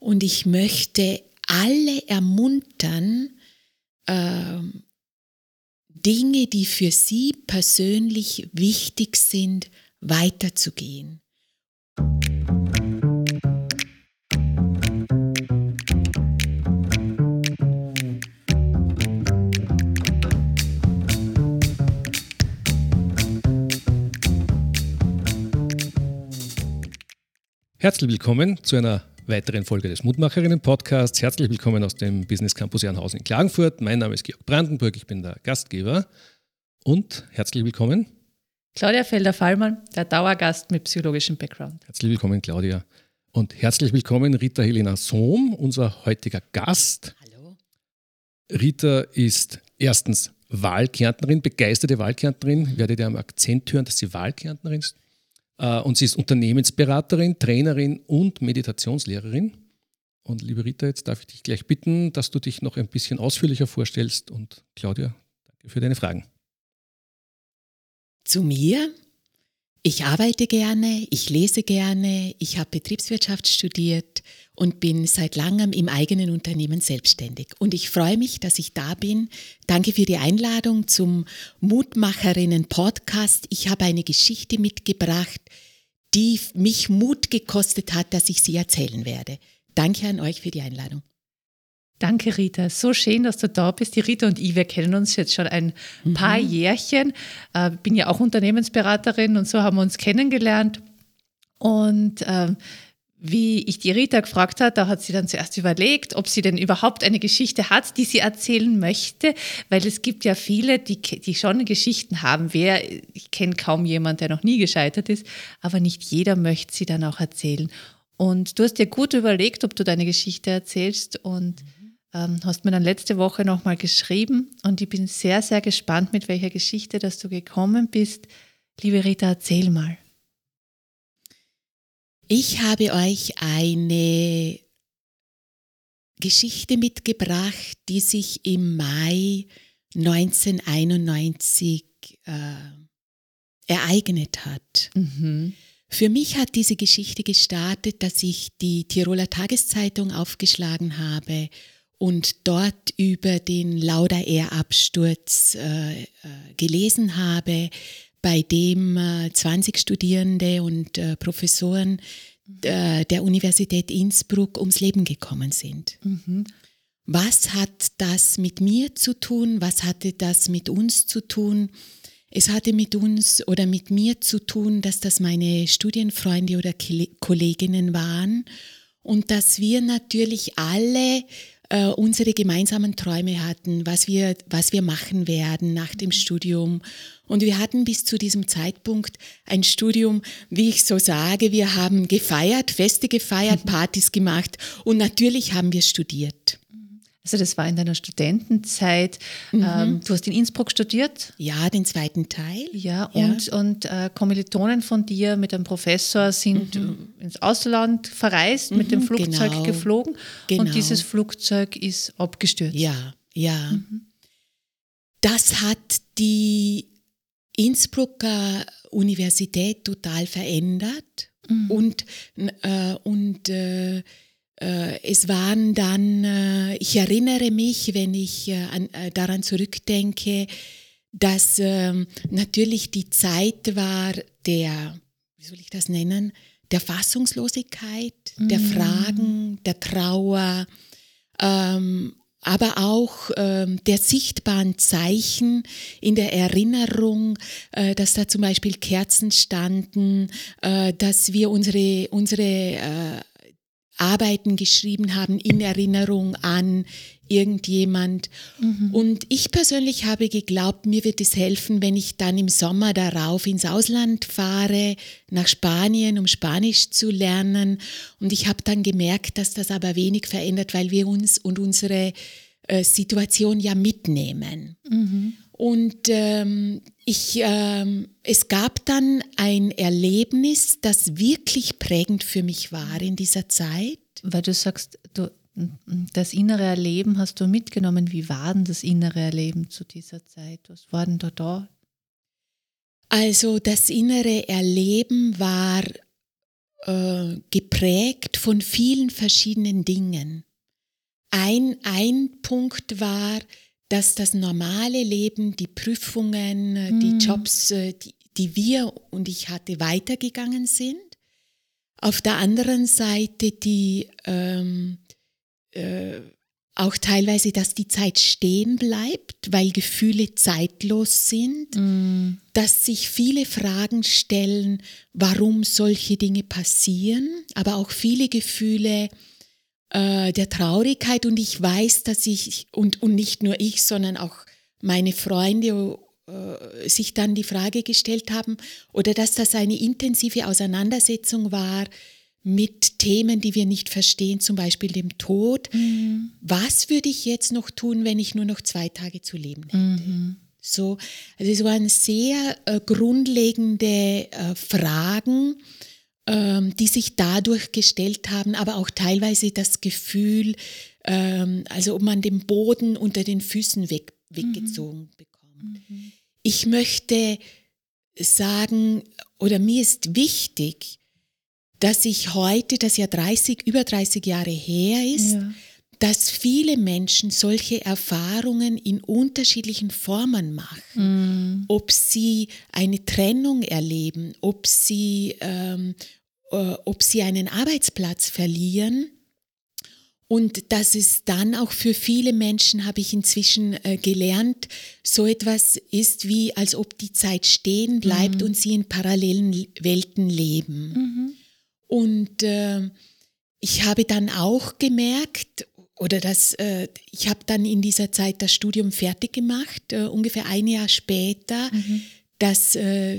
Und ich möchte alle ermuntern, Dinge, die für sie persönlich wichtig sind, weiterzugehen. Herzlich willkommen zu einer weiteren Folge des Mutmacherinnen-Podcasts. Herzlich willkommen aus dem Business Campus Ehrenhausen in Klagenfurt. Mein Name ist Georg Brandenburg, ich bin der Gastgeber. Und herzlich willkommen Claudia Felder-Fallmann, der Dauergast mit psychologischem Background. Herzlich willkommen, Claudia. Und herzlich willkommen, Rita Helena Sohm, unser heutiger Gast. Hallo. Rita ist erstens Wahlkärntnerin, begeisterte Wahlkärntnerin. Werdet ihr am Akzent hören, dass sie Wahlkärntnerin ist. Und sie ist Unternehmensberaterin, Trainerin und Meditationslehrerin. Und liebe Rita, jetzt darf ich dich gleich bitten, dass du dich noch ein bisschen ausführlicher vorstellst. Und Claudia, danke für deine Fragen. Zu mir. Ich arbeite gerne, ich lese gerne, ich habe Betriebswirtschaft studiert und bin seit langem im eigenen Unternehmen selbstständig. Und ich freue mich, dass ich da bin. Danke für die Einladung zum Mutmacherinnen-Podcast. Ich habe eine Geschichte mitgebracht, die mich Mut gekostet hat, dass ich sie erzählen werde. Danke an euch für die Einladung. Danke, Rita. So schön, dass du da bist. Die Rita und ich, wir kennen uns jetzt schon ein paar Jährchen. Bin ja auch Unternehmensberaterin und so haben wir uns kennengelernt. Und wie ich die Rita gefragt habe, da hat sie dann zuerst überlegt, ob sie denn überhaupt eine Geschichte hat, die sie erzählen möchte, weil es gibt ja viele, die schon Geschichten haben. Ich kenne kaum jemanden, der noch nie gescheitert ist, aber nicht jeder möchte sie dann auch erzählen. Und du hast dir gut überlegt, ob du deine Geschichte erzählst und hast mir dann letzte Woche nochmal geschrieben und ich bin sehr, sehr gespannt, mit welcher Geschichte, dass du gekommen bist. Liebe Rita, erzähl mal. Ich habe euch eine Geschichte mitgebracht, die sich im Mai 1991 ereignet hat. Für mich hat diese Geschichte gestartet, dass ich die Tiroler Tageszeitung aufgeschlagen habe und dort über den Lauda Air Absturz gelesen habe, bei dem 20 Studierende und Professoren der Universität Innsbruck ums Leben gekommen sind. Was hat das mit mir zu tun? Was hatte das mit uns zu tun? Es hatte mit uns oder mit mir zu tun, dass das meine Studienfreunde oder Kolleginnen waren und dass wir natürlich alle unsere gemeinsamen Träume hatten, was wir machen werden nach dem Studium. Und wir hatten bis zu diesem Zeitpunkt ein Studium, wie ich so sage, wir haben gefeiert, Feste gefeiert, Partys gemacht und natürlich haben wir studiert. Also das war in deiner Studentenzeit. Du hast in Innsbruck studiert? Ja, den zweiten Teil. Ja, und Kommilitonen von dir mit einem Professor sind ins Ausland verreist, mit dem Flugzeug geflogen und dieses Flugzeug ist abgestürzt. Ja. Das hat die Innsbrucker Universität total verändert und es waren dann, ich erinnere mich, wenn ich daran zurückdenke, dass natürlich die Zeit war der, wie soll ich das nennen, der Fassungslosigkeit, der Fragen, der Trauer, aber auch der sichtbaren Zeichen in der Erinnerung, dass da zum Beispiel Kerzen standen, dass wir unsere Arbeiten geschrieben haben in Erinnerung an irgendjemand. Und ich persönlich habe geglaubt, mir wird es helfen, wenn ich dann im Sommer darauf ins Ausland fahre, nach Spanien, um Spanisch zu lernen. Und ich habe dann gemerkt, dass das aber wenig verändert, weil wir uns und unsere Situation ja mitnehmen. Und es gab dann ein Erlebnis, das wirklich prägend für mich war in dieser Zeit. Weil du sagst, das innere Erleben hast du mitgenommen. Wie war denn das innere Erleben zu dieser Zeit? Was war denn da? Also das innere Erleben war geprägt von vielen verschiedenen Dingen. Ein Punkt war, dass das normale Leben, die Prüfungen, die Jobs, die wir und ich hatte, weitergegangen sind. Auf der anderen Seite auch teilweise, dass die Zeit stehen bleibt, weil Gefühle zeitlos sind, dass sich viele Fragen stellen, warum solche Dinge passieren, aber auch viele Gefühle der Traurigkeit. Und ich weiß, dass und nicht nur ich, sondern auch meine Freunde sich dann die Frage gestellt haben, oder dass das eine intensive Auseinandersetzung war mit Themen, die wir nicht verstehen, zum Beispiel dem Tod. Was würde ich jetzt noch tun, wenn ich nur noch 2 Tage zu leben hätte? So, also es waren sehr grundlegende Fragen, die sich dadurch gestellt haben, aber auch teilweise das Gefühl, also ob man den Boden unter den Füßen weggezogen bekommt. Ich möchte sagen, oder mir ist wichtig, dass ich heute, das ja über 30 Jahre her ist, dass viele Menschen solche Erfahrungen in unterschiedlichen Formen machen. Ob sie eine Trennung erleben, ob sie einen Arbeitsplatz verlieren. Und dass es dann auch für viele Menschen, habe ich inzwischen gelernt, so etwas ist wie, als ob die Zeit stehen bleibt und sie in parallelen Welten leben. Und ich habe dann auch gemerkt, ich habe dann in dieser Zeit das Studium fertig gemacht, ungefähr ein Jahr später, dass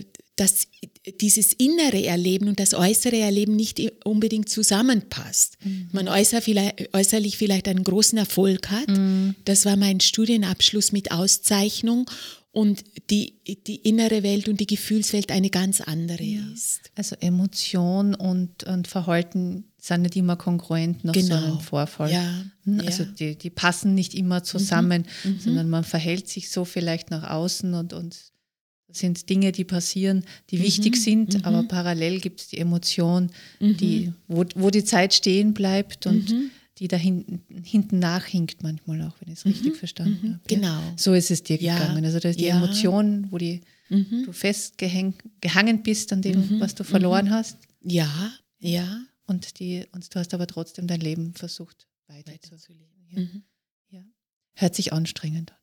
dieses innere Erleben und das äußere Erleben nicht unbedingt zusammenpasst. Man äußerlich vielleicht einen großen Erfolg hat. Das war mein Studienabschluss mit Auszeichnung. Und die innere Welt und die Gefühlswelt eine ganz andere ist. Also Emotion und Verhalten sind nicht immer kongruent nach so einem Vorfall. Also die passen nicht immer zusammen, sondern man verhält sich so vielleicht nach außen und das sind Dinge, die passieren, die wichtig sind, aber parallel gibt es die Emotion, wo die Zeit stehen bleibt und die da hinten nachhinkt manchmal auch, wenn ich es richtig verstanden habe. Genau. Ja? So ist es dir gegangen. Also da ist die Emotion, wo du festgehangen bist an dem, was du verloren hast. Ja. Und du hast aber trotzdem dein Leben versucht weiterzuleben. Ja. Hört sich anstrengend an.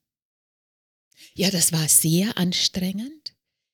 Ja, das war sehr anstrengend.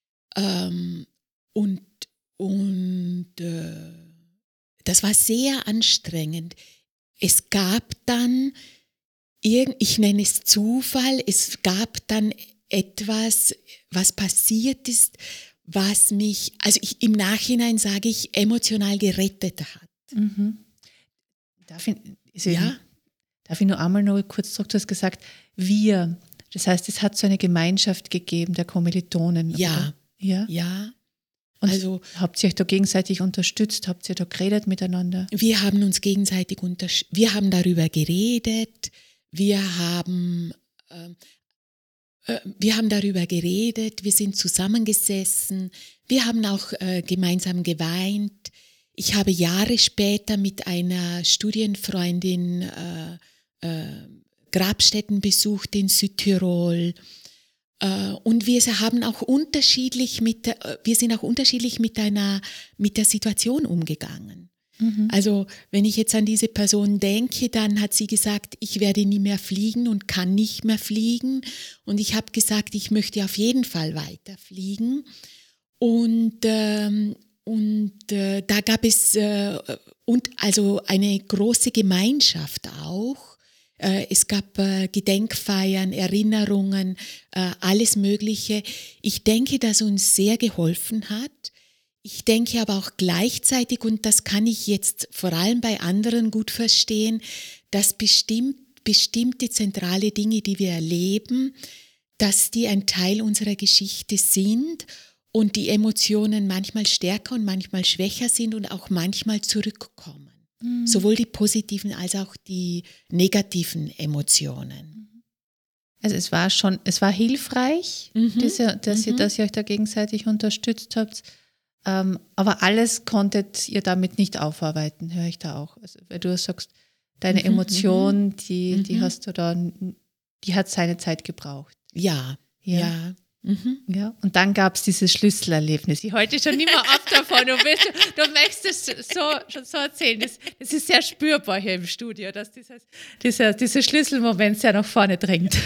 Das war sehr anstrengend. Es gab dann, ich nenne es Zufall, es gab dann etwas, was passiert ist, was mich, im Nachhinein sage ich, emotional gerettet hat. Darf ich nur einmal noch kurz zurück, du hast gesagt, wir, das heißt, es hat so eine Gemeinschaft gegeben der Kommilitonen. Ja. Oder? Ja. Und habt ihr euch da gegenseitig unterstützt? Habt ihr da geredet miteinander? Wir haben uns gegenseitig wir haben darüber geredet, wir sind zusammengesessen, wir haben auch gemeinsam geweint. Ich habe Jahre später mit einer Studienfreundin Grabstätten besucht in Südtirol. Und wir sind auch unterschiedlich mit der Situation umgegangen. Also wenn ich jetzt an diese Person denke, dann hat sie gesagt, ich werde nie mehr fliegen und kann nicht mehr fliegen. Und ich habe gesagt, ich möchte auf jeden Fall weiter fliegen. Und da gab es also eine große Gemeinschaft auch. Es gab Gedenkfeiern, Erinnerungen, alles Mögliche. Ich denke, dass uns sehr geholfen hat. Ich denke aber auch gleichzeitig, und das kann ich jetzt vor allem bei anderen gut verstehen, dass bestimmte zentrale Dinge, die wir erleben, dass die ein Teil unserer Geschichte sind und die Emotionen manchmal stärker und manchmal schwächer sind und auch manchmal zurückkommen. Sowohl die positiven als auch die negativen Emotionen. Also es war hilfreich, dass ihr euch da gegenseitig unterstützt habt. Aber alles konntet ihr damit nicht aufarbeiten, höre ich da auch. Also, weil du sagst, deine Emotion, die hast du dann, die hat seine Zeit gebraucht. Ja. Ja. Ja, und dann gab es dieses Schlüsselerlebnis. Ich halte schon nicht mehr ab davon. Du möchtest es schon so erzählen. Das ist sehr spürbar hier im Studio, dass dieser Schlüsselmoment sehr nach vorne drängt.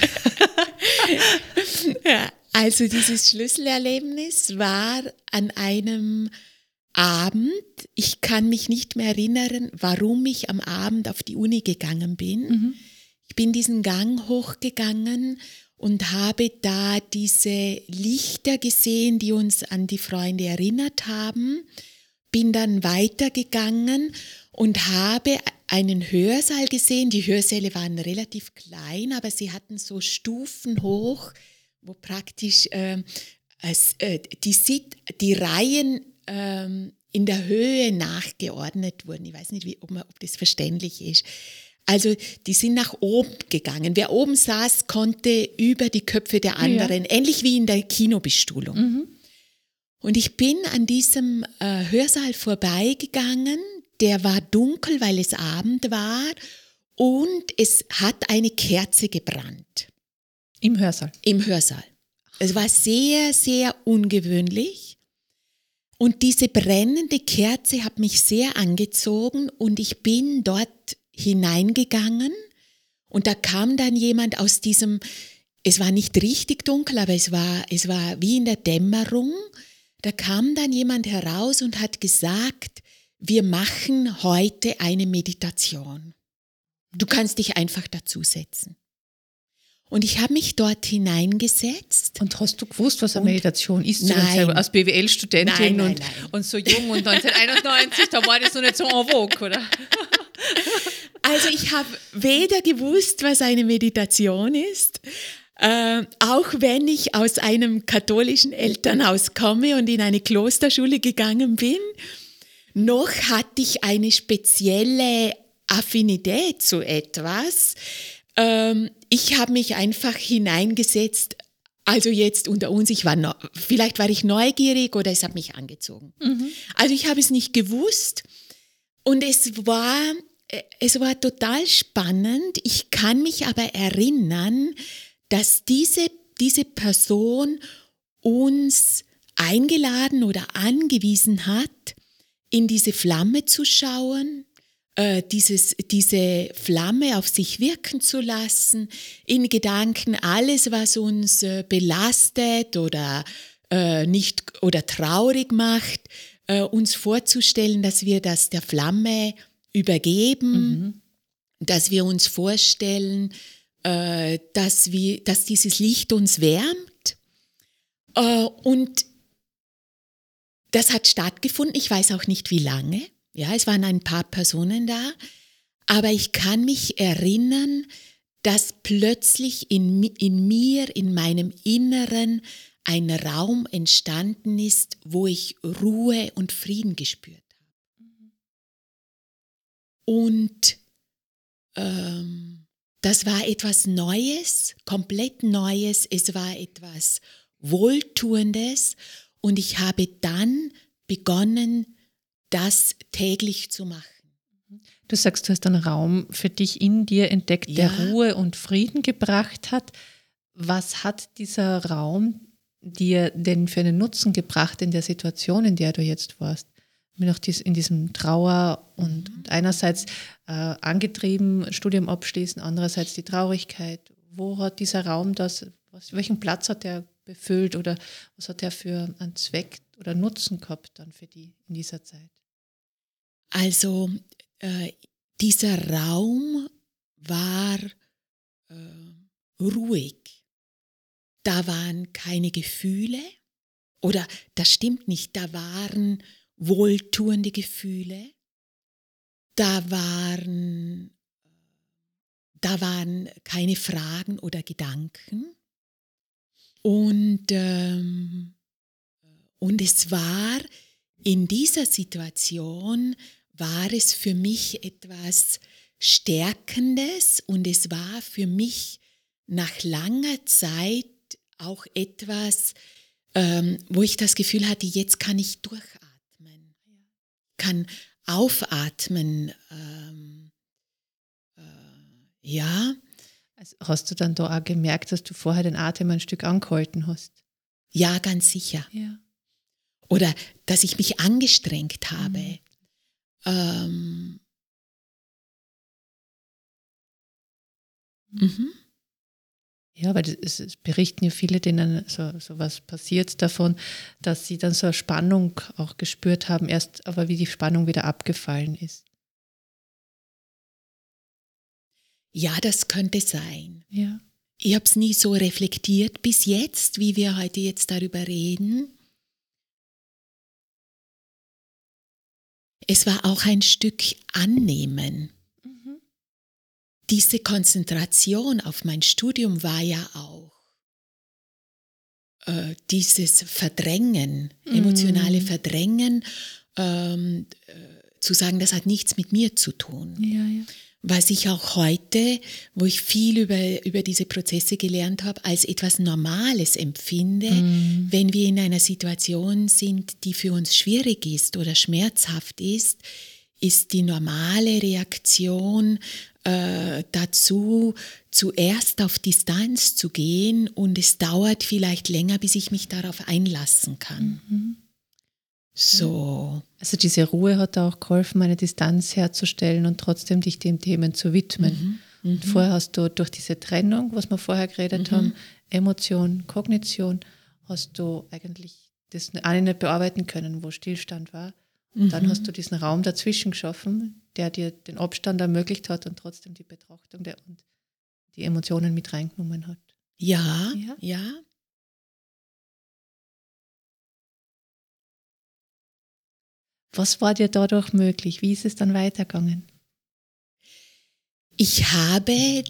Ja, also dieses Schlüsselerlebnis war an einem Abend. Ich kann mich nicht mehr erinnern, warum ich am Abend auf die Uni gegangen bin. Ich bin diesen Gang hochgegangen und habe da diese Lichter gesehen, die uns an die Freunde erinnert haben. Bin dann weitergegangen und habe einen Hörsaal gesehen. Die Hörsäle waren relativ klein, aber sie hatten so Stufen hoch, wo praktisch die Reihen in der Höhe nachgeordnet wurden. Ich weiß nicht, ob das verständlich ist. Also die sind nach oben gegangen. Wer oben saß, konnte über die Köpfe der anderen, ähnlich wie in der Kinobestuhlung. Und ich bin an diesem Hörsaal vorbeigegangen. Der war dunkel, weil es Abend war und es hat eine Kerze gebrannt. Im Hörsaal? Im Hörsaal. Es war sehr, sehr ungewöhnlich. Und diese brennende Kerze hat mich sehr angezogen und ich bin dort hineingegangen und da kam dann jemand aus diesem, es war nicht richtig dunkel, aber es war wie in der Dämmerung, da kam dann jemand heraus und hat gesagt, wir machen heute eine Meditation. Du kannst dich einfach dazusetzen. Und ich habe mich dort hineingesetzt. Und hast du gewusst, was eine Meditation ist? Nein. Als BWL-Studentin Nein. Und so jung und 1991, da war das noch nicht so en vogue, oder? Also ich habe weder gewusst, was eine Meditation ist, auch wenn ich aus einem katholischen Elternhaus komme und in eine Klosterschule gegangen bin, noch hatte ich eine spezielle Affinität zu etwas. Ich habe mich einfach hineingesetzt, also jetzt unter uns, vielleicht war ich neugierig oder es hat mich angezogen. Also ich habe es nicht gewusst und es war total spannend. Ich kann mich aber erinnern, dass diese Person uns eingeladen oder angewiesen hat, in diese Flamme zu schauen, diese Flamme auf sich wirken zu lassen, in Gedanken alles, was uns belastet oder nicht oder traurig macht, uns vorzustellen, dass wir das der Flamme übergeben, dass wir uns vorstellen, dass dieses Licht uns wärmt. Und das hat stattgefunden. Ich weiß auch nicht, wie lange. Ja, es waren ein paar Personen da. Aber ich kann mich erinnern, dass plötzlich in mir, in meinem Inneren, ein Raum entstanden ist, wo ich Ruhe und Frieden gespürt habe. Und das war etwas Neues, komplett Neues. Es war etwas Wohltuendes. Und ich habe dann begonnen, das täglich zu machen. Du sagst, du hast einen Raum für dich in dir entdeckt, der Ruhe und Frieden gebracht hat. Was hat dieser Raum dir denn für einen Nutzen gebracht in der Situation, in der du jetzt warst? In diesem Trauer und einerseits angetrieben, Studium abschließen, andererseits die Traurigkeit. Wo hat dieser Raum welchen Platz hat er befüllt oder was hat er für einen Zweck oder Nutzen gehabt dann für die in dieser Zeit? Also dieser Raum war ruhig. Da waren keine Gefühle oder das stimmt nicht, da waren wohltuende Gefühle. Da waren keine Fragen oder Gedanken. Und es war in dieser Situation, war es für mich etwas Stärkendes und es war für mich nach langer Zeit auch etwas, wo ich das Gefühl hatte, jetzt kann ich durchatmen. kann aufatmen. Ja. Also hast du dann da auch gemerkt, dass du vorher den Atem ein Stück angehalten hast? Ja, ganz sicher. Ja. Oder dass ich mich angestrengt habe. Ja, weil es berichten ja viele, denen so was passiert davon, dass sie dann so eine Spannung auch gespürt haben, erst aber wie die Spannung wieder abgefallen ist. Ja, das könnte sein. Ja. Ich habe es nie so reflektiert bis jetzt, wie wir heute jetzt darüber reden. Es war auch ein Stück Annehmen. Diese Konzentration auf mein Studium war ja auch dieses Verdrängen, emotionale Verdrängen, zu sagen, das hat nichts mit mir zu tun. Ja, ja. Was ich auch heute, wo ich viel über diese Prozesse gelernt habe, als etwas Normales empfinde, wenn wir in einer Situation sind, die für uns schwierig ist oder schmerzhaft ist die normale Reaktion dazu, zuerst auf Distanz zu gehen, und es dauert vielleicht länger, bis ich mich darauf einlassen kann. So. Also diese Ruhe hat auch geholfen, eine Distanz herzustellen und trotzdem dich den Themen zu widmen. Und vorher hast du durch diese Trennung, was wir vorher geredet haben, Emotion, Kognition, hast du eigentlich das eine nicht bearbeiten können, wo Stillstand war. Und dann hast du diesen Raum dazwischen geschaffen, der dir den Abstand ermöglicht hat und trotzdem die Betrachtung und die Emotionen mit reingenommen hat. Ja. Was war dir dadurch möglich? Wie ist es dann weitergegangen? Ich habe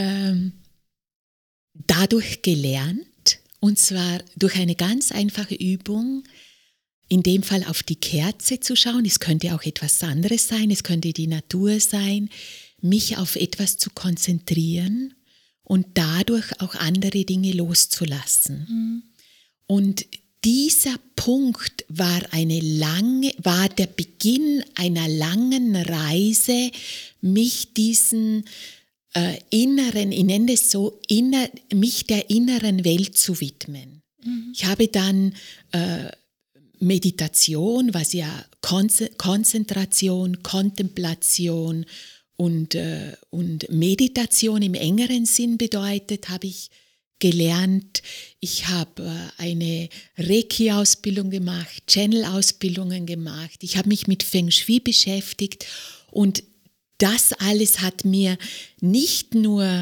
dadurch gelernt, und zwar durch eine ganz einfache Übung, in dem Fall auf die Kerze zu schauen. Es könnte auch etwas anderes sein, es könnte die Natur sein, mich auf etwas zu konzentrieren und dadurch auch andere Dinge loszulassen. Und dieser Punkt war der Beginn einer langen Reise, mich diesen inneren, ich nenne es so, mich der inneren Welt zu widmen. Ich habe dann Meditation, was ja Konzentration, Kontemplation und Meditation im engeren Sinn bedeutet, habe ich gelernt. Ich habe eine Reiki-Ausbildung gemacht, Channel-Ausbildungen gemacht. Ich habe mich mit Feng Shui beschäftigt, und das alles hat mir nicht nur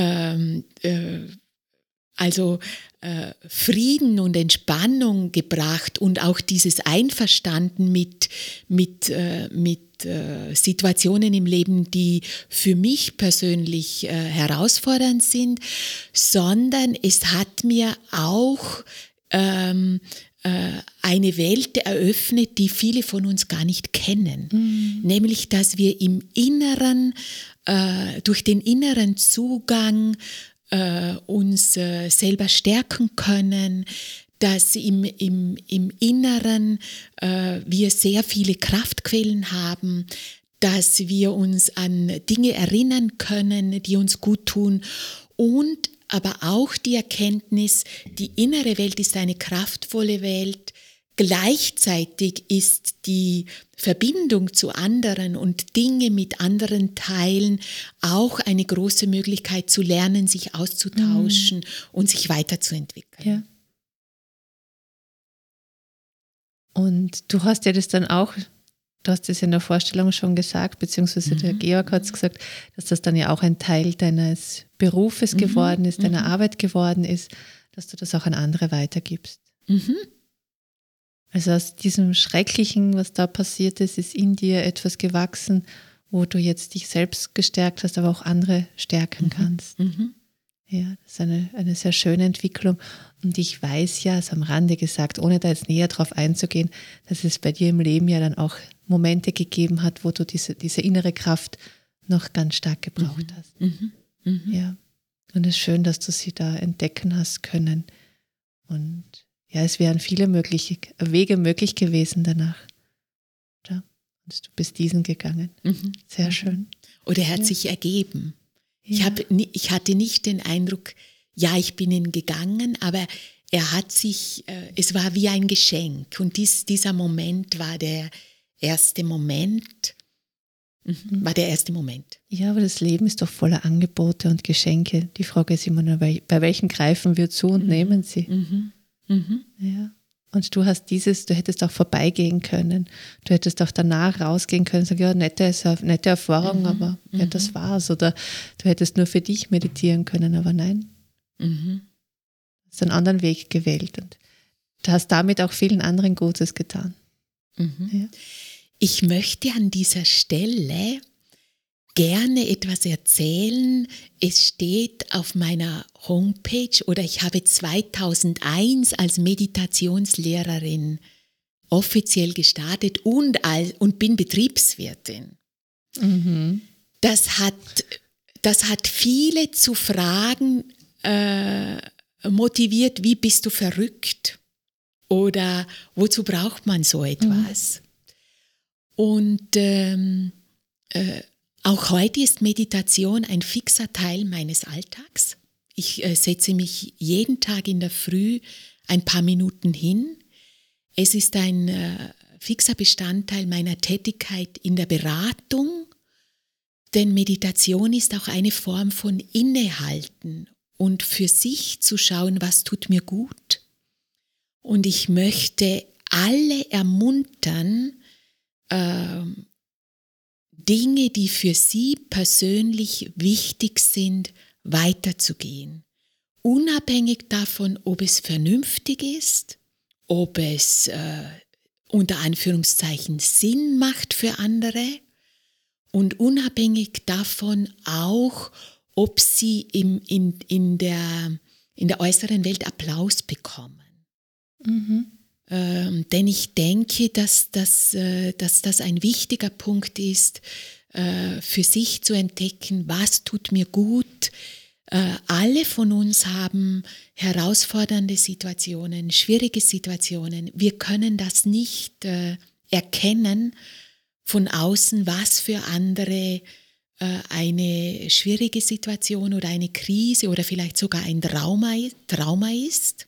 Frieden und Entspannung gebracht und auch dieses Einverstanden mit Situationen im Leben, die für mich persönlich herausfordernd sind, sondern es hat mir auch eine Welt eröffnet, die viele von uns gar nicht kennen. Nämlich, dass wir im Inneren, durch den inneren Zugang uns selber stärken können, dass im Inneren wir sehr viele Kraftquellen haben, dass wir uns an Dinge erinnern können, die uns gut tun, und aber auch die Erkenntnis, die innere Welt ist eine kraftvolle Welt. Gleichzeitig ist die Verbindung zu anderen und Dinge mit anderen teilen auch eine große Möglichkeit zu lernen, sich auszutauschen und sich weiterzuentwickeln. Ja. Und du hast ja das dann auch, du hast es in der Vorstellung schon gesagt, beziehungsweise der Georg hat es gesagt, dass das dann ja auch ein Teil deines Berufes geworden ist, deiner Arbeit geworden ist, dass du das auch an andere weitergibst. Also aus diesem Schrecklichen, was da passiert ist in dir etwas gewachsen, wo du jetzt dich selbst gestärkt hast, aber auch andere stärken kannst. Ja, das ist eine sehr schöne Entwicklung. Und ich weiß ja, also am Rande gesagt, ohne da jetzt näher drauf einzugehen, dass es bei dir im Leben ja dann auch Momente gegeben hat, wo du diese innere Kraft noch ganz stark gebraucht hast. Ja. Und es ist schön, dass du sie da entdecken hast können. Und ja, es wären viele Wege möglich gewesen danach. Ja. Und du bist diesen gegangen. Sehr schön. Oder er hat sich ergeben. Ja. Ich hatte nicht den Eindruck, ja, ich bin ihn gegangen, aber er hat sich, es war wie ein Geschenk. Und dieser Moment war der erste Moment. War der erste Moment. Ja, aber das Leben ist doch voller Angebote und Geschenke. Die Frage ist immer nur, bei welchen greifen wir zu und nehmen sie? Ja. Und du hättest auch vorbeigehen können. Du hättest auch danach rausgehen können und sagen, ja, nette Erfahrung, aber ja, das war's. Oder du hättest nur für dich meditieren können, aber nein. Du hast einen anderen Weg gewählt und du hast damit auch vielen anderen Gutes getan. Ja. Ich möchte an dieser Stelle gerne etwas erzählen. Es steht auf meiner Homepage oder ich habe 2001 als Meditationslehrerin offiziell gestartet und bin Betriebswirtin. Das hat viele zu fragen motiviert, wie bist du verrückt? Oder wozu braucht man so etwas? Und auch heute ist Meditation ein fixer Teil meines Alltags. Ich setze mich jeden Tag in der Früh ein paar Minuten hin. Es ist ein fixer Bestandteil meiner Tätigkeit in der Beratung, denn Meditation ist auch eine Form von Innehalten und für sich zu schauen, was tut mir gut. Und ich möchte alle ermuntern, Dinge, die für sie persönlich wichtig sind, weiterzugehen. Unabhängig davon, ob es vernünftig ist, ob es unter Anführungszeichen Sinn macht für andere und unabhängig davon auch, ob sie in der äußeren Welt Applaus bekommen. Denn ich denke, dass das ein wichtiger Punkt ist, für sich zu entdecken, was tut mir gut. Alle von uns haben herausfordernde Situationen, schwierige Situationen. Wir können das nicht erkennen von außen, was für andere eine schwierige Situation oder eine Krise oder vielleicht sogar ein Trauma ist.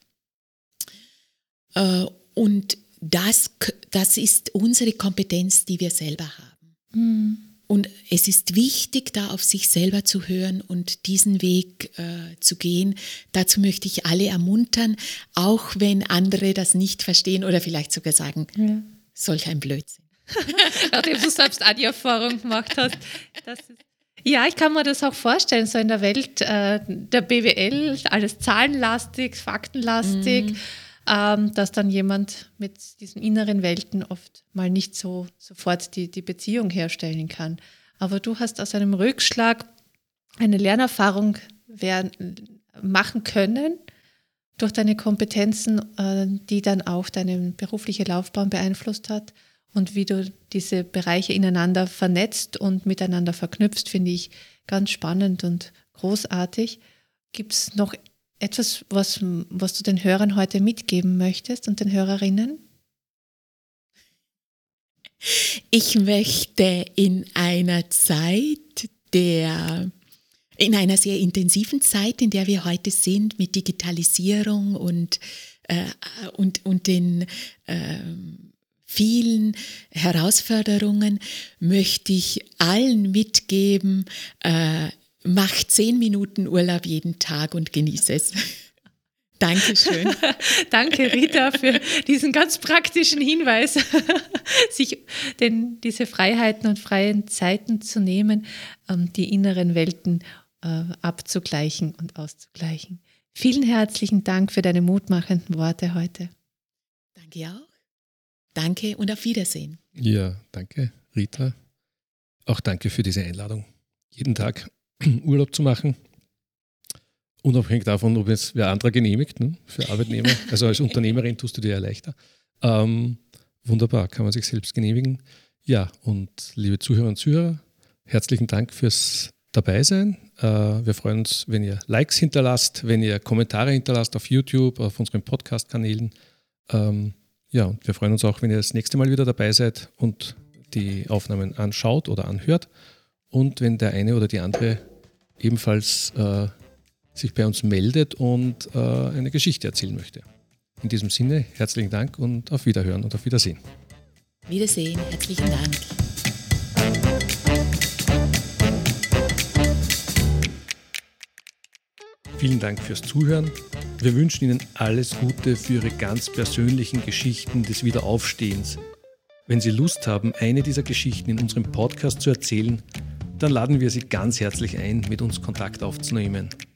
Und das ist unsere Kompetenz, die wir selber haben. Und es ist wichtig, da auf sich selber zu hören und diesen Weg zu gehen. Dazu möchte ich alle ermuntern, auch wenn andere das nicht verstehen oder vielleicht sogar sagen, solch ein Blödsinn. Nachdem du selbst auch die Erfahrung gemacht hast. Ja, ich kann mir das auch vorstellen, so in der Welt der BWL, alles zahlenlastig, faktenlastig, dass dann jemand mit diesen inneren Welten oft mal nicht so sofort die Beziehung herstellen kann. Aber du hast aus einem Rückschlag eine Lernerfahrung machen können durch deine Kompetenzen, die dann auch deine berufliche Laufbahn beeinflusst hat. Und wie du diese Bereiche ineinander vernetzt und miteinander verknüpfst, finde ich ganz spannend und großartig. Gibt es noch etwas, was du den Hörern heute mitgeben möchtest und den Hörerinnen? Ich möchte in einer sehr intensiven Zeit, in der wir heute sind, mit Digitalisierung und den vielen Herausforderungen, möchte ich allen mitgeben, mach 10 Minuten Urlaub jeden Tag und genieße es. Dankeschön. Danke, Rita, für diesen ganz praktischen Hinweis, sich diese Freiheiten und freien Zeiten zu nehmen, die inneren Welten abzugleichen und auszugleichen. Vielen herzlichen Dank für deine mutmachenden Worte heute. Danke auch. Danke und auf Wiedersehen. Ja, danke, Rita. Auch danke für diese Einladung, jeden Tag Urlaub zu machen. Unabhängig davon, ob es wer anderer genehmigt, ne, für Arbeitnehmer. Also als Unternehmerin tust du dir ja leichter. Wunderbar, kann man sich selbst genehmigen. Ja, und liebe Zuhörerinnen und Zuhörer, herzlichen Dank fürs Dabeisein. Wir freuen uns, wenn ihr Likes hinterlasst, wenn ihr Kommentare hinterlasst auf YouTube, auf unseren Podcast-Kanälen. Ja, und wir freuen uns auch, wenn ihr das nächste Mal wieder dabei seid und die Aufnahmen anschaut oder anhört und wenn der eine oder die andere ebenfalls sich bei uns meldet und eine Geschichte erzählen möchte. In diesem Sinne, herzlichen Dank und auf Wiederhören und auf Wiedersehen. Wiedersehen, herzlichen Dank. Vielen Dank fürs Zuhören. Wir wünschen Ihnen alles Gute für Ihre ganz persönlichen Geschichten des Wiederaufstehens. Wenn Sie Lust haben, eine dieser Geschichten in unserem Podcast zu erzählen, dann laden wir Sie ganz herzlich ein, mit uns Kontakt aufzunehmen.